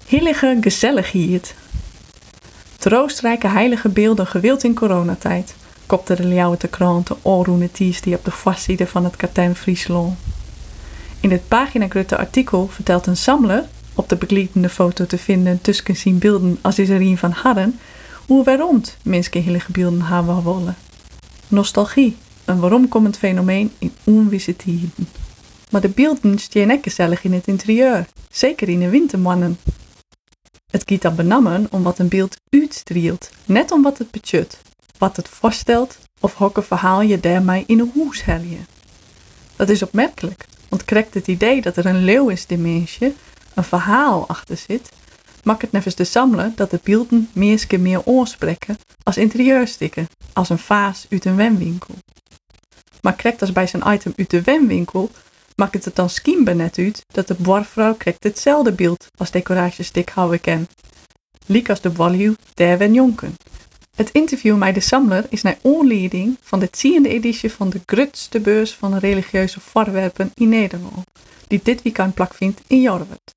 Heilige gezelligheid. Troostrijke heilige beelden gewild in coronatijd, kopte de Ljouwerte krant de Alroene Ties die op de vastzijde van het Katern Friesland. In dit paginagrote artikel vertelt een samler, op de begeleidende foto te vinden tussen zijn beelden als is er een van hadden, hoe waarom mensen heilige beelden hebben willen. Nostalgie, een waaromkomend fenomeen in onwisse tijden. Maar de beelden staan ook gezellig in het interieur, zeker in de wintermannen. Het gaat dan benammen om wat een beeld uitstrielt, net om wat het betjut, wat het voorstelt of welke verhaal je daarmee in een hoes helje. Dat is opmerkelijk, want krijgt het idee dat er een leeuw is die mensje, een verhaal achter zit, maakt het nevens de samler dat de beelden meer oorspreken als interieurstikken, als een vaas uit een wenwinkel. Maar krijgt als bij zijn item uit de wenwinkel, maakt het dan schijnbaar net uit dat de borvrouw krijgt hetzelfde beeld als decoratiestik houden ken. Liek als de walhuw der wen jonken. Het interview met de samler is naar aanleiding van de 10e editie van de grootste beurs van religieuze voorwerpen in Nederland, die dit weekend plaatsvindt in Jorwert.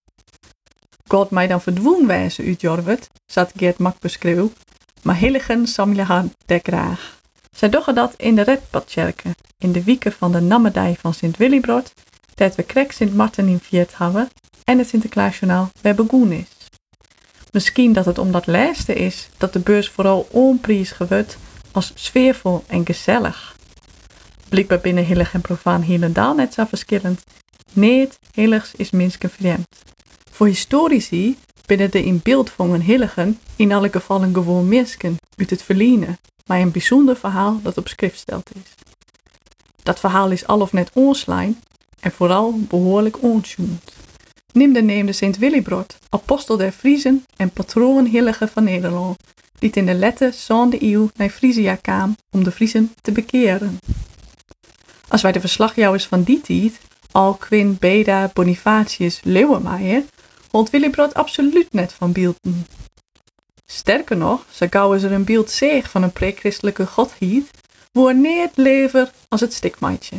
God mij dan verdwoen wijzen uit Jorwert, zat Geert Mak beschreeuw, maar heiligen samle haar der graag. Zij doggen dat in de Redpadkerken, in de wieken van de Nammedij van Sint-Willibrord, dat we krek Sint-Marten in viert hebben en het Sinterklaasjournaal weer begonnen is. Misschien dat het om dat laatste is dat de beurs vooral onprijs wordt als sfeervol en gezellig. Blijkbaar binnen heilig en profaan Hielendal net zo verschillend. Nee, heiligs is minstens vreemd. Voor historici binnen de in beeld vangen heiligen in alle gevallen gewoon mensen uit het verliezen, maar een bijzonder verhaal dat op schrift stelt is. Dat verhaal is al of net onslijn en vooral behoorlijk onzoend. Neem de Sint-Willibrord, apostel der Friezen en patroonheilige van Nederland, die het in de lette 7e eeuw naar Friesia kwam om de Friezen te bekeren. Als wij de verslagjouwers van die tijd, Alcuin, Beda, Bonifatius, Leeuwenmeijer, hield Willibrord absoluut net van beelden. Sterker nog, zo gauw is er een beeld zeeg van een pre-christelijke godheid, woer neer lever als het stikmaatje.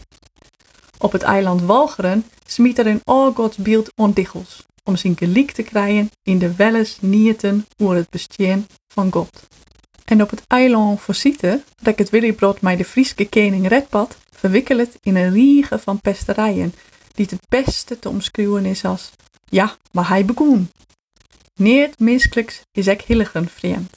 Op het eiland Walcheren smiet er een algodsbeeld ondiggels, om zijn gelijk te krijgen in de welles nieten oer het bestien van God. En op het eiland Voorzieten rek het Willibrord met de Frieske koning Redpad verwikkeld in een riege van pesterijen, die het beste te omschreeuwen is als, ja, maar hij begon. Neert menselijks is ek heiligen vreemd.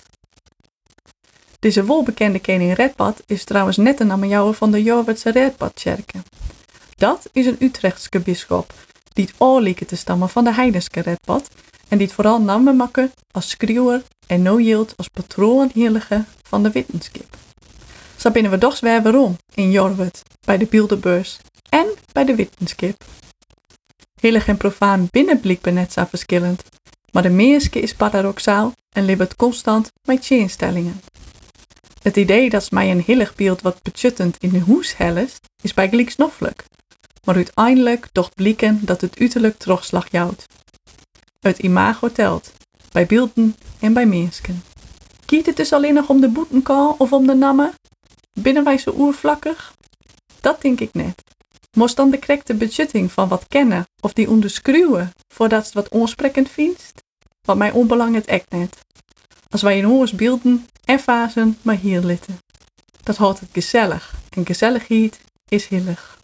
Deze welbekende koning Redpad is trouwens net een naamjouwer van de Jorwertse Redpadkerken. Dat is een Utrechtse bisschop, die het oorlijke te stammen van de heidenske Redpad en die het vooral namen maken als schreeuwer en no-yield als patroonheilige van de wetenschap. Zo binnen we toch weer waarom in Jorwert, bij de beeldenbeurs en bij de wetenschap. Heilig en profaan binnen blijkbaar net zo verschillend, maar de meeske is paradoxaal en leeft constant met instellingen. Het idee dat mij een heilig beeld wat betjuttend in de hoes hellest, is bij gelijk snoffelijk. Maar uiteindelijk toch blikken dat het uiterlijk terugslag jouwt. Het imago telt, bij beelden en bij meesken. Kiet het dus alleen nog om de boetenkaal of om de namen? Binnen wij zo oervlakkig? Dat denk ik net. Moest dan de correcte betjutting van wat kennen of die onderschreeuwen voordat het wat onsprekend vindt? Wat mij onbelangrijk echt net. Als wij in ons beelden en fasen maar hier litten. Dat houdt het gezellig en gezelligheid is heilig.